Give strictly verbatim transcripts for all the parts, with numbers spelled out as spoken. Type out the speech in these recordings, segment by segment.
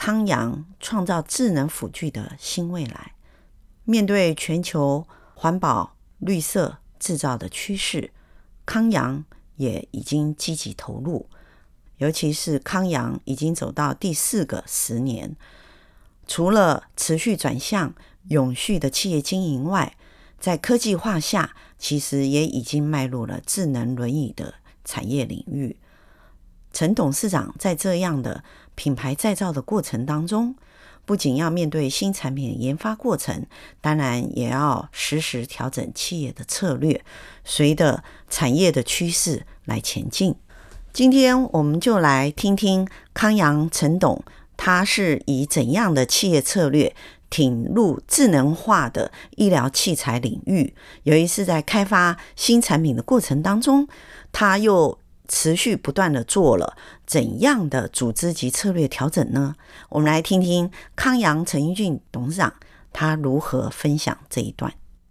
康阳创造智能辅具的新未来。面对全球环保绿色制造的趋势，康阳也已经积极投入，尤其是康阳已经走到第四个十年，除了持续转向永续的企业经营外，在科技化下，其实也已经迈入了智能轮椅的产业领域。陈董事长在这样的品牌再造的过程当中，不仅要面对新产品的研发过程，当然也要实时调整企业的策略，随着产业的趋势来前进。今天我们就来听听康阳陈董，他是以怎样的企业策略挺入智能化的医疗器材领域，由于是在开发新产品的过程当中，他又持续不断的做了怎样的组织及策略调整呢？我们来听听康阳陈英俊董事长他如何分享这一段。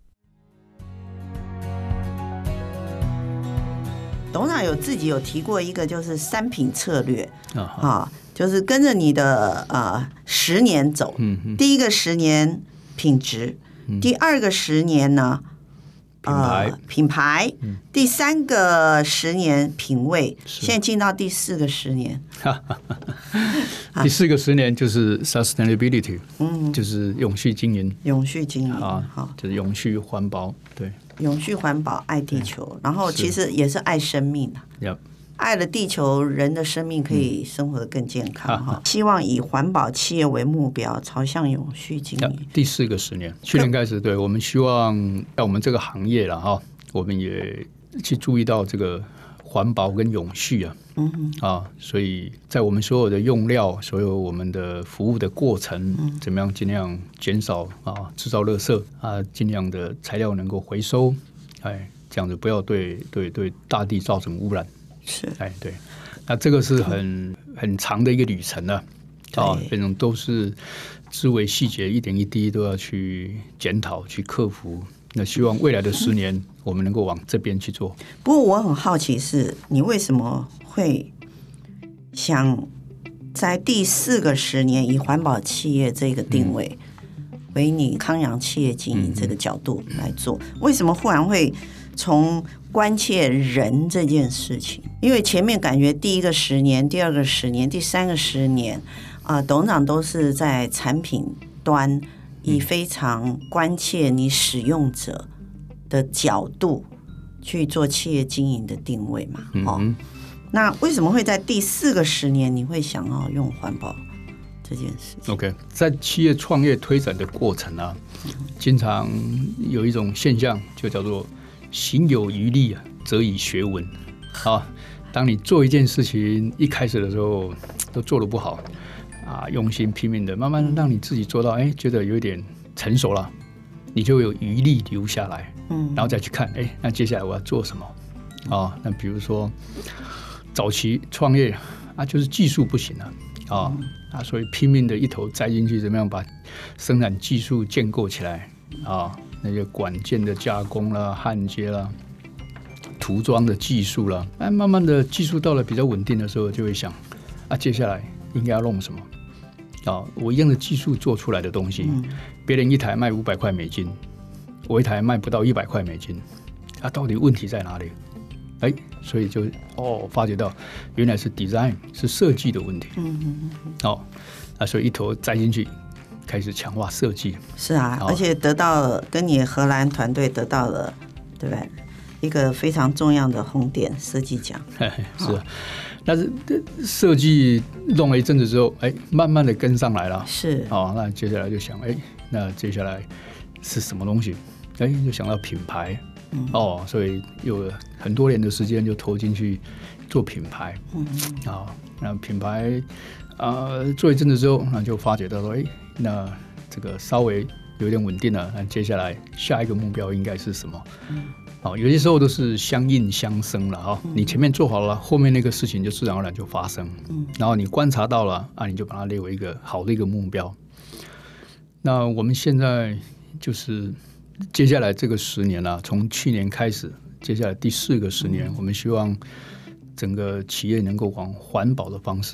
董事长有自己有提过一个就是三品策略、uh-huh. 啊，就是跟着你的呃十年走、嗯、第一个十年品质、嗯、第二个十年呢品牌、 呃、品牌、嗯、第三个十年品味，现在进到第四个十年第四个十年就是 sustainability、嗯、就是永续经营永续经营、 啊、就是永续环保，对， 永续环保爱地球，然后其实也是爱生命、啊 yep. 爱了地球，人的生命可以生活得更健康、嗯、希望以环保企业为目标，朝向永续经营。 第四个十年，去年开始，对，我们希望在我们这个行业了哈，我们也去注意到这个环保跟永续啊，嗯啊，所以在我们所有的用料，所有我们的服务的过程，嗯、怎么样尽量减少啊制造垃圾啊，尽量的材料能够回收，哎，这样子不要对对对大地造成污染。 是， 哎，对，那这个是很很长的一个旅程了、啊，啊，这种都是枝微细节，一点一滴都要去检讨、去克服。那希望未来的十年，我们能够往这边去做。 不过我很好奇是，你为什么会想在第四个十年以环保企业这个定位、嗯、为你康阳企业经营这个角度来做？嗯、为什么忽然会从关切人这件事情？因为前面感觉第一个十年、第二个十年、第三个十年啊、呃，董事长都是在产品端以非常关切你使用者的角度去做企业经营的定位嘛。嗯、哦，那为什么会在第四个十年你会想要用环保这件事情？ OK， 在企业创业推展的过程啊，经常有一种现象，就叫做行有余力啊，则以学文。啊，当你做一件事情一开始的时候都做得不好啊，用心拼命的，慢慢让你自己做到，哎，觉得有点成熟了，你就有余力留下来，嗯，然后再去看，哎，那接下来我要做什么？啊，那比如说早期创业啊，就是技术不行了啊，啊，所以拼命的一头栽进去，怎么样把生产技术建构起来啊？那些管件的加工啦、焊接啦、涂装的技术啦，哎，慢慢的技术到了比较稳定的时候，就会想啊，接下来应该要弄什么？啊，我一样的技术做出来的东西，嗯、别人一台卖五百块美金，我一台卖不到一百块美金，啊，到底问题在哪里？哎，所以就哦，发觉到原来是 design 是设计的问题，嗯嗯嗯，哦，啊，所以一头栽进去。开始强化设计， 是啊，而且得到了跟你荷兰团队得到了，对不对？一个非常重要的红点设计奖。 是啊，但是设计弄了一阵子之后，哎，慢慢的跟上来了。 是， 哦，那接下来就想，哎，那接下来是什么东西？哎，就想到品牌，嗯、哦，所以有很多年的时间就投进去做品牌，嗯，啊、哦，那品牌啊、呃、做一阵子之后，那就发觉到说，哎。那这个稍微有点稳定了，那接下来下一个目标应该是什么？嗯，好，有些时候都是相应相生了哈、嗯。你前面做好了，后面那个事情就自然而然就发生。嗯，然后你观察到了啊，你就把它列为一个好的一个目标。那我们现在就是接下来这个十年啊，从去年开始，接下来第四个十年，嗯、我们希望整个企业能够往环保的方式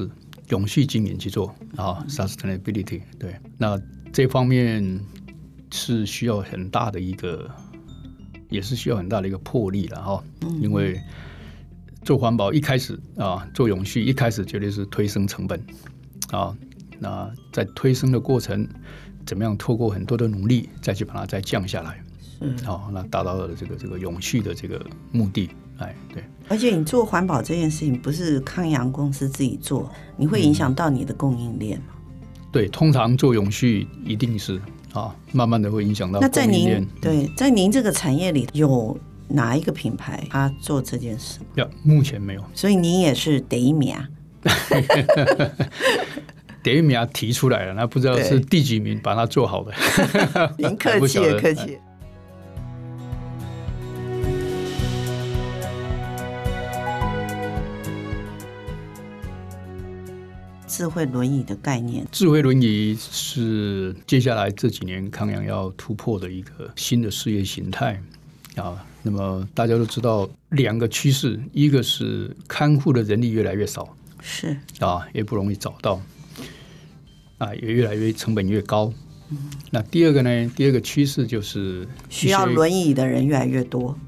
永续经营去做啊 ，sustainability。对，那这方面是需要很大的一个，也是需要很大的一个魄力了哈，因为做环保一开始啊，做永续一开始绝对是推升成本啊，那在推升的过程，怎么样透过很多的努力，再去把它再降下来，好，那达到了这个这个永续的这个目的。哎，对。 而且你做环保这件事情不是康阳公司自己做，你会影响到你的供应链吗？ 嗯、对，通常做永续一定是啊，慢慢的会影响到供应链。那在您对在您这个产业里有哪一个品牌他做这件事？ 呀，目前没有。 所以你也是第一名。 第一名提出来了，那不知道是第几名把它做好的。 您客气客气。智慧轮椅的概念， 智慧轮椅是接下来这几年康阳要突破的一个新的事业形态啊。那么大家都知道两个趋势，一个是看护的人力越来越少， 是啊，也不容易找到，啊，也越来越成本越高。嗯、那第二个呢？第二个趋势就是需要轮椅的人越来越多。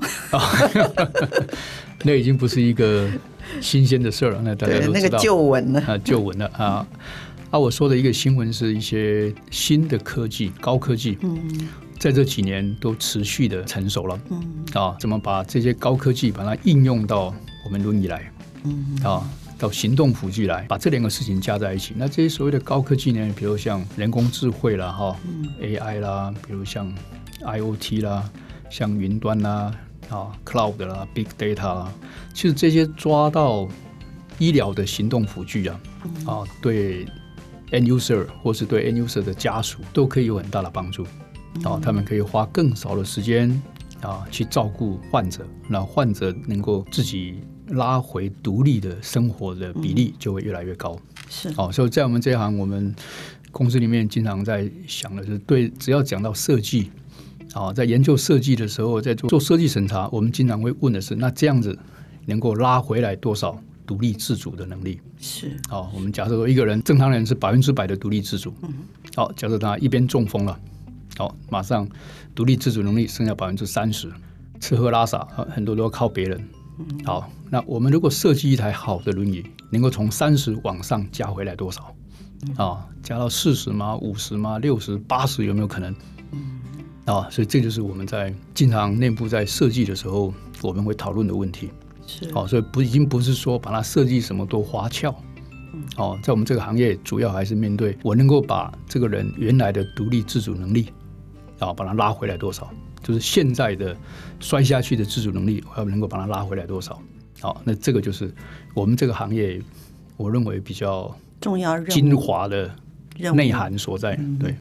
那已经不是一个新鲜的事了，那大家都知道， 那个旧闻了啊，旧闻了啊。啊，我说的一个新闻是一些新的科技、高科技，嗯，在这几年都持续的成熟了，嗯，啊，怎么把这些高科技把它应用到我们轮椅来，嗯，啊，到行动辅具来，把这两个事情加在一起。那这些所谓的高科技呢，比如像人工智慧啦，哈、嗯、，A I 啦，比如像 I O T 啦，像云端啦。啊 ，cloud 啦 ，big data 啦，其实这些抓到医疗的行动辅具啊，嗯、啊，对 end user 或是对 end user 的家属都可以有很大的帮助。嗯、啊，他们可以花更少的时间啊去照顾患者，那患者能够自己拉回独立的生活的比例就会越来越高。嗯、是，啊，所以在我们这一行，我们公司里面经常在想的是，对，只要讲到设计。啊，在研究设计的时候，在做做设计审查，我们经常会问的是：那这样子能够拉回来多少独立自主的能力？是啊，我们假设说一个人正常人是百分之百的独立自主，嗯，好，假设他一边中风了，好，马上独立自主能力剩下百分之三十，吃喝拉撒很多都要靠别人。好，那我们如果设计一台好的轮椅，能够从三十往上加回来多少？啊，加到四十吗？五十吗？六十、八十有没有可能？啊，所以这就是我们在经常内部在设计的时候，我们会讨论的问题。是，好，所以不已经不是说把它设计什么多花俏。嗯，哦，在我们这个行业，主要还是面对我能够把这个人原来的独立自主能力，啊，把它拉回来多少，就是现在的摔下去的自主能力，我要能够把它拉回来多少。好，那这个就是我们这个行业，我认为比较重要任务、 精华的内涵所在。嗯、对。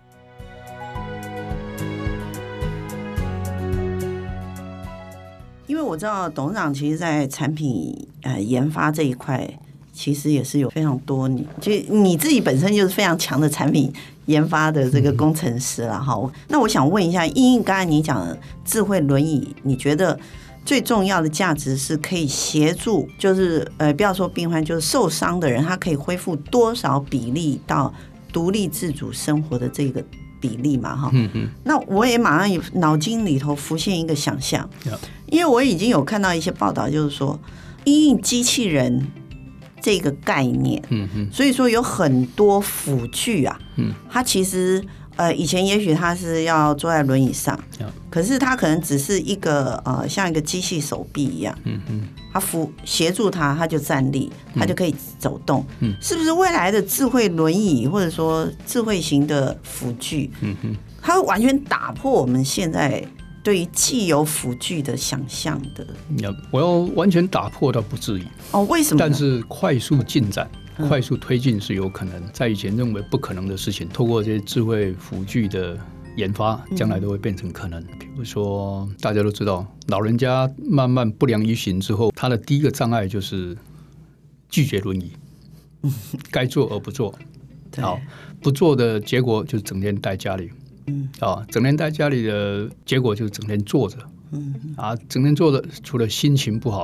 因为我知道董事长其实在产品呃研发这一块，其实也是有非常多你，就你自己本身就是非常强的产品研发的这个工程师了哈。嗯、那我想问一下，因应刚才你讲的智慧轮椅，你觉得最重要的价值是可以协助，就是呃不要说病患，就是受伤的人，他可以恢复多少比例到独立自主生活的这个比例嘛哈？嗯嗯。那我也马上有脑筋里头浮现一个想象。Yeah.因为我已经有看到一些报道，就是说因应机器人这个概念，嗯嗯，所以说有很多辅具啊，嗯，它其实呃以前也许它是要坐在轮椅上，可是它可能只是一个呃像一个机器手臂一样，嗯嗯，它辅协助它，它就站立，它就可以走动，嗯，是不是未来的智慧轮椅或者说智慧型的辅具，嗯嗯，它会完全打破我们现在对于既有辅具的想象的？ 我要完全打破倒不至于哦，为什么？ 但是快速进展、嗯、快速推进是有可能，在以前认为不可能的事情，透过这些智慧辅具的研发，将来都会变成可能。比如说，大家都知道，老人家慢慢不良于行之后，他的第一个障碍就是拒绝轮椅，该做而不做。好，不做的结果就是整天待家里。嗯啊，整天在家里的结果就是整天坐着，嗯啊，整天坐着，除了心情不好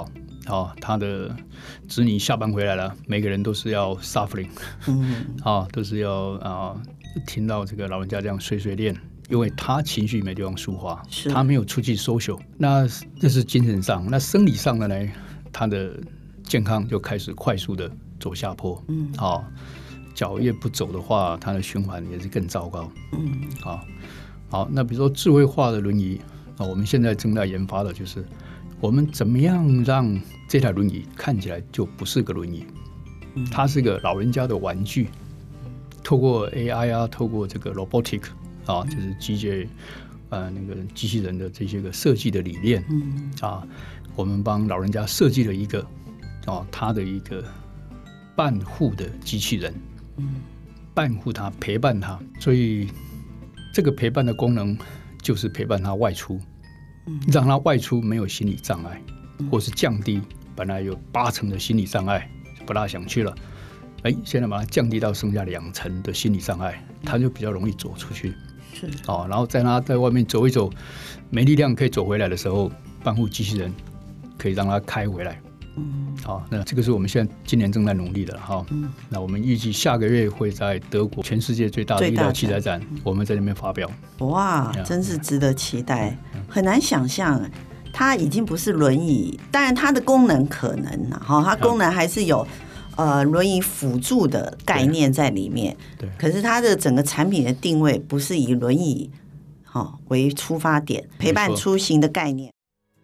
啊，他的子女下班回来了，每个人都是要 suffering， 嗯，啊，都是要啊，听到这个老人家这样碎碎念，因为他情绪没地方抒发，他没有出去 social， 那这是精神上。那生理上的呢，他的健康就开始快速的走下坡，嗯，啊，脚越不走的话，他的循环也是更糟糕，嗯，啊，好，那比如说智慧化的轮椅啊，我们现在正在研发的就是。我们怎么样让这台轮椅看起来就不是个轮椅，它是个老人家的玩具。透过 A I 啊，透过这个 robotic 啊，就是机械呃那个机器人的这些个设计的理念啊，我们帮老人家设计了一个啊，他的一个伴护的机器人，伴护他，陪伴他。所以这个陪伴的功能就是陪伴他外出。让他外出没有心理障碍，或是降低本来有八成的心理障碍不大想去了，哎，现在把它降低到剩下两成的心理障碍，他就比较容易走出去。是哦，然后在他在外面走一走，没力量可以走回来的时候，伴护机器人可以让他开回来。嗯，好，那这个是我们现在今年正在努力的哈。嗯，那我们预计下个月会在德国全世界最大的医疗器材展，我们在那边发表。 哇，真是值得期待，很难想象，它已经不是轮椅，当然它的功能可能哈，它功能还是有呃轮椅辅助的概念在里面。对，可是它的整个产品的定位不是以轮椅好为出发点，陪伴出行的概念。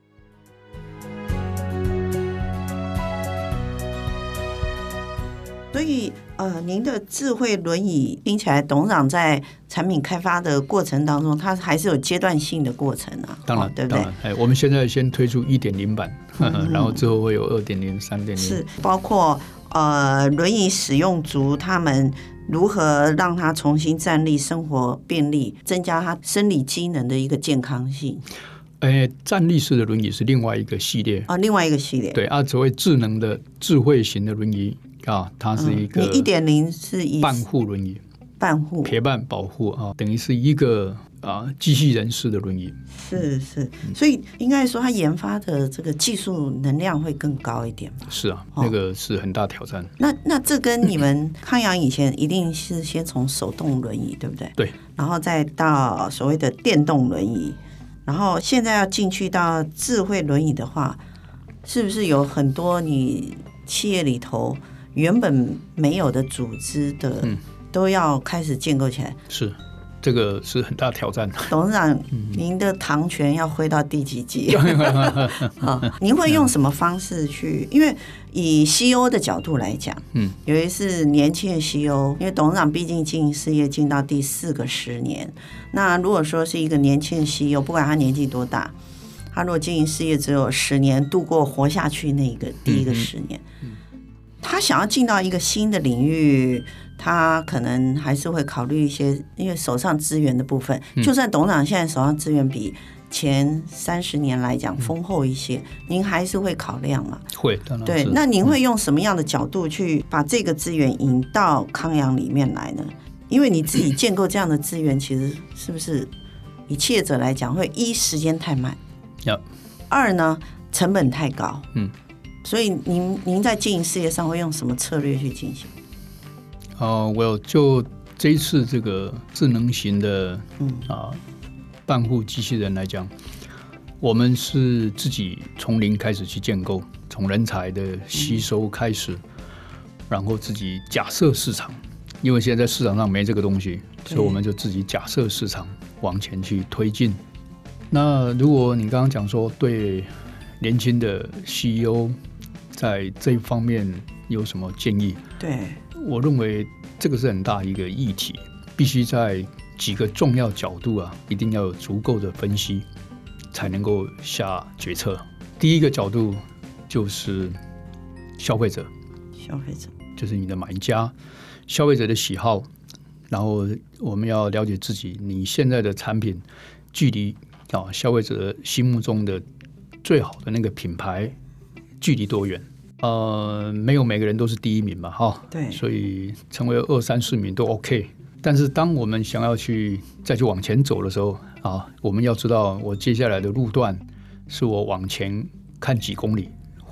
所以，呃，您的智慧轮椅听起来，董事长在产品开发的过程当中，它还是有阶段性的过程啊。 当然， 哦、对不对？ 哎，我们现在先推出一点零版，嗯、然后之后会有二点零、三点零， 是包括呃轮椅使用族他们如何让他重新站立、生活便利，增加他生理机能的一个健康性。 哎，站立式的轮椅是另外一个系列啊、哦，另外一个系列。 对啊，所谓智能的智慧型的轮椅。啊，它是一个一点零是以伴护轮椅， 伴护陪伴保护啊，等于是一个啊机器人式的轮椅。 是是，所以应该说它研发的这个技术能量会更高一点嘛？ 是啊，那个是很大挑战。 那那这跟你们康阳以前一定是先从手动轮椅，对不对？ 对， 然后再到所谓的电动轮椅，然后现在要进去到智慧轮椅的话，是不是有很多你企业里头原本没有的组织的、嗯、都要开始建构起来？是， 这个是很大挑战。 董事长、嗯、您的堂权要挥到第几级、哦、您会用什么方式去？因为以 C E O 的角度来讲，嗯，尤其是年轻的 C E O， 因为董事长毕竟经营事业进到第四个十年，那如果说是一个年轻的 C E O， 不管他年纪多大，他如果经营事业只有十年，度过活下去那个第一个十年、嗯嗯他想要进到一个新的领域，他可能还是会考虑一些，因为手上资源的部分，嗯、就算董事长现在手上资源比前三十年来讲丰厚一些、嗯，您还是会考量嘛？ 会，当然对。那您会用什么样的角度去把这个资源引到康阳里面来呢？因为你自己建构这样的资源，其实是不是以企业者来讲，会一时间太慢，二呢成本太高，嗯。所以您您在经营事业上会用什么策略去进行？ 哦、呃，我就这一次这个智能型的嗯啊伴护机器人来讲，我们是自己从零开始去建构，从人才的吸收开始，嗯、然后自己假设市场，因为现在市场上没这个东西，所以我们就自己假设市场往前去推进。那如果你刚刚讲说对年轻的 C E O在这一方面有什么建议？ 对， 我认为这个是很大一个议题，必须在几个重要角度啊，一定要有足够的分析，才能够下决策。第一个角度就是消费者， 消费者就是你的买家，消费者的喜好，然后我们要了解自己，你现在的产品距离啊消费者心目中的最好的那个品牌距离多远？呃，没有每个人都是第一名嘛，哈， 对， 所以成为二三四名都 OK。但是当我们想要去再去往前走的时候啊，我们要知道我接下来的路段是我往前看几公里，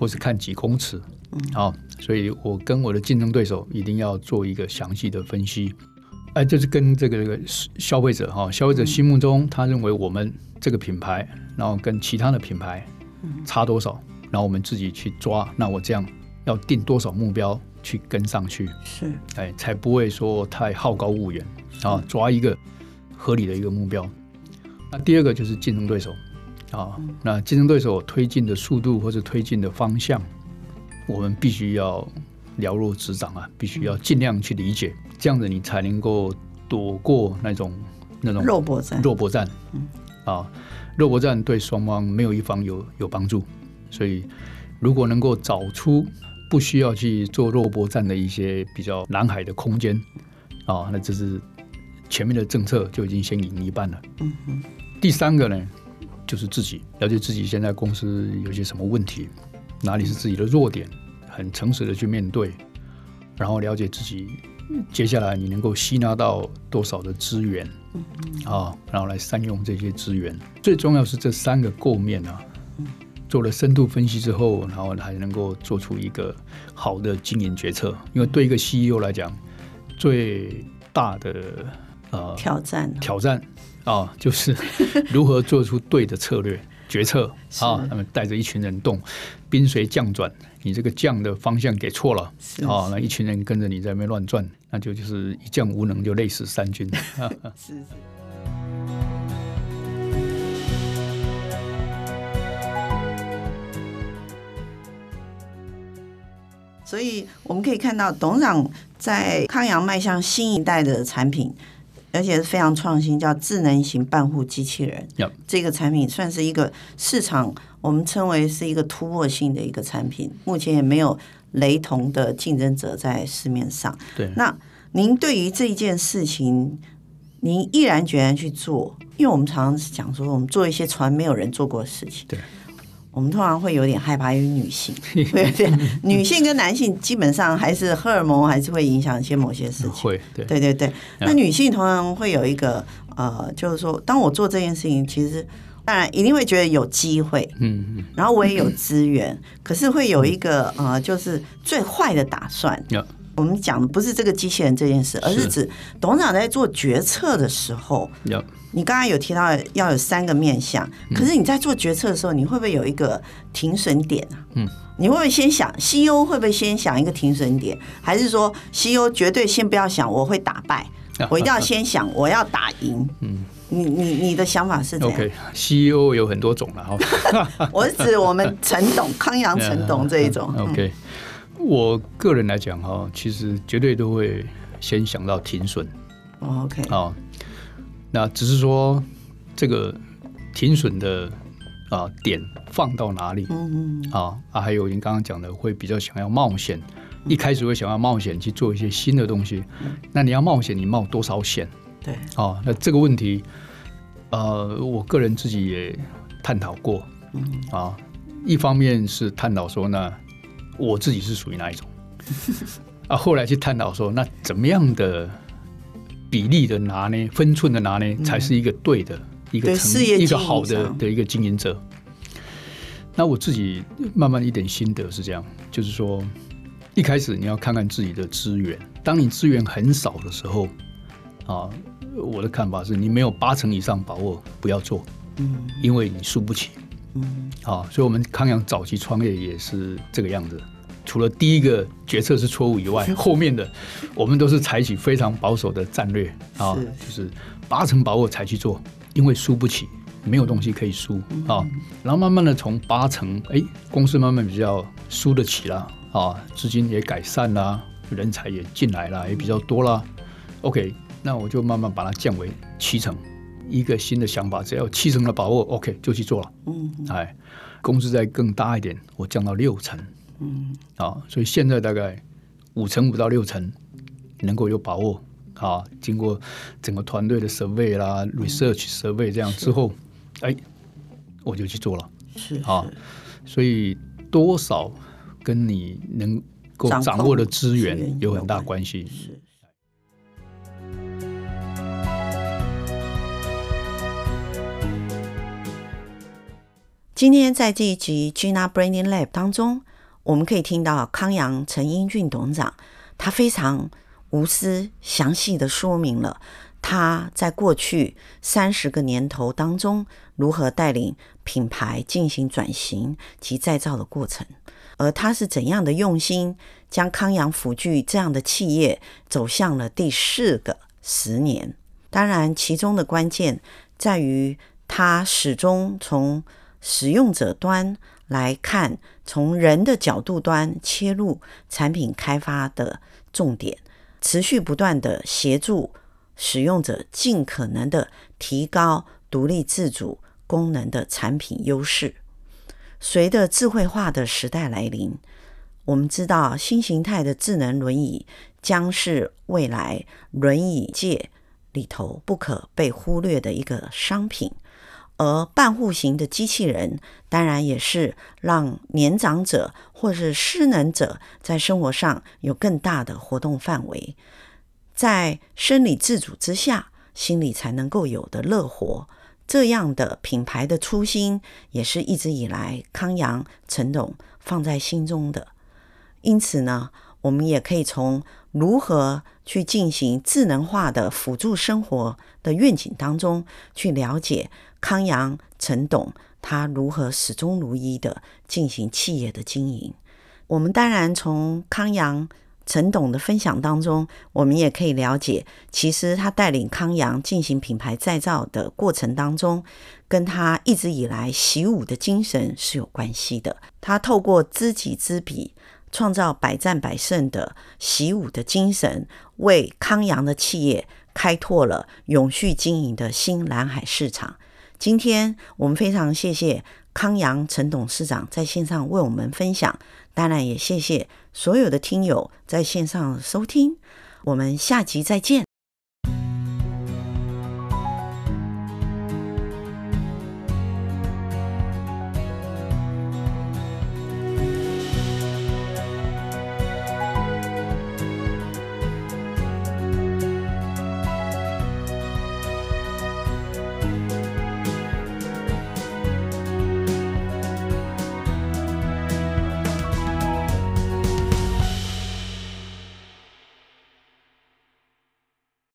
或是看几公尺，好、哦，所以我跟我的竞争对手一定要做一个详细的分析。哎，就是跟这个消费者哈，消费者心目中他认为我们这个品牌，然后跟其他的品牌差多少，然后我们自己去抓。那我这样要定多少目标去跟上去， 是， 哎，才不会说太好高骛远啊，抓一个合理的一个目标。那第二个就是竞争对手啊，那竞争对手推进的速度或者推进的方向，我们必须要了若指掌啊，必须要尽量去理解。这样子你才能够躲过那种那种肉搏战。 肉搏战，嗯啊，肉搏战对双方没有一方有有帮助，所以如果能够找出不需要去做肉搏战的一些比较蓝海的空间啊，那这是前面的政策就已经先赢一半了。嗯哼。第三个呢，就是自己了解自己现在公司有些什么问题，哪里是自己的弱点，很诚实的去面对，然后了解自己。接下来你能够吸纳到多少的资源、嗯啊、然后来善用这些资源。最重要是这三个构面啊，做了深度分析之后，然后还能够做出一个好的经营决策。因为对一个 C E O 来讲，最大的、呃、 挑战挑战啊，就是如何做出对的策略决策啊。他们带着一群人动，兵随将转。你这个将的方向给错了啊，那一群人跟着你在那边乱转，那就就是一将无能，就累死三军。 是是。所以我们可以看到，董事长在康阳迈向新一代的产品，而且是非常创新，叫智能型办户机器人。 Yep. 这个产品算是一个市场。我们称为是一个突破性的一个产品，目前也没有雷同的竞争者在市面上。 对， 那您对于这一件事情，您毅然决然去做，因为我们常常讲说，我们做一些从来没有人做过的事情， 对， 我们通常会有点害怕，因为女性，对女性跟男性基本上还是荷尔蒙还是会影响一些某些事情， 会，对， 对对对。那女性通常会有一个呃，就是说，当我做这件事情，其实。当然一定会觉得有机会，嗯嗯，然后我也有资源，嗯、可是会有一个呃，就是最坏的打算。Yeah. 我们讲的不是这个机器人这件事，而是指董事长在做决策的时候。Yeah. 你刚刚有提到要有三个面向，可是你在做决策的时候，你会不会有一个停损点啊？嗯，你会不会先想 C E O 会不会先想一个停损点，还是说 C E O 绝对先不要想我会打败，我一定要先想我要打赢？嗯。你你你的想法是怎样 ？OK，C E O 有很多种了哈。 我是指我们陈董、康阳陈董这一种。 OK， 我个人来讲哈，其实绝对都会先想到停损。 OK， 啊，那只是说这个停损的啊点放到哪里？嗯嗯啊啊，还有您刚刚讲的，会比较想要冒险，一开始会想要冒险去做一些新的东西。那你要冒险，你冒多少险？ 对， 哦，那这个问题，呃，我个人自己也探讨过，嗯，啊，一方面是探讨说，那我自己是属于哪一种，啊，后来去探讨说，那怎么样的比例的拿捏、分寸的拿捏，才是一个对的、嗯、一个成一个好的的一个经营者。那我自己慢慢一点心得是这样，就是说，一开始你要看看自己的资源，当你资源很少的时候。啊，我的看法是你没有八成以上把握不要做，嗯，因为你输不起，嗯，啊，所以我们康阳早期创业也是这个样子。除了第一个决策是错误以外，后面的我们都是采取非常保守的战略啊，就是八成把握才去做，因为输不起，没有东西可以输啊。然后慢慢的从八成，哎，公司慢慢比较输得起了啊，资金也改善啦，人才也进来了，也比较多啦。OK。那我就慢慢把它降为七成，一个新的想法，只要有七成的把握 ，OK 就去做了。嗯，哎，公司再更大一点，我降到六成。嗯，啊，所以现在大概五成五到六成能够有把握啊。经过整个团队的 survey 啦、research survey 这样之后，哎，我就去做了。 是啊，所以多少跟你能够掌握的资源有很大关系。 是。今天在这一集 Gina Branding Lab 当中， 我们可以听到康阳陈英俊董事长，他非常无私详细的说明了他在过去三十个年头当中如何带领品牌进行转型及再造的过程，而他是怎样的用心将康阳辅具这样的企业走向了第四个十年。当然其中的关键在于他始终从使用者端来看，从人的角度端切入产品开发的重点，持续不断的协助使用者尽可能的提高独立自主功能的产品优势。随着智慧化的时代来临，我们知道新形态的智能轮椅将是未来轮椅界里头不可被忽略的一个商品，而半户型的机器人当然也是让年长者或是失能者在生活上有更大的活动范围，在生理自主之下，心理才能够有的乐活。这样的品牌的初心也是一直以来康阳陈董放在心中的。因此呢，我们也可以从如何去进行智能化的辅助生活的愿景当中去了解康阳陈董他如何始终如一的进行企业的经营。我们当然从康阳陈董的分享当中，我们也可以了解，其实他带领康阳进行品牌再造的过程当中，跟他一直以来习武的精神是有关系的。他透过知己知彼，创造百战百胜的习武的精神，为康阳的企业开拓了永续经营的新蓝海市场。今天我们非常谢谢康阳陈董事长在线上为我们分享，当然也谢谢所有的听友在线上收听，我们下集再见。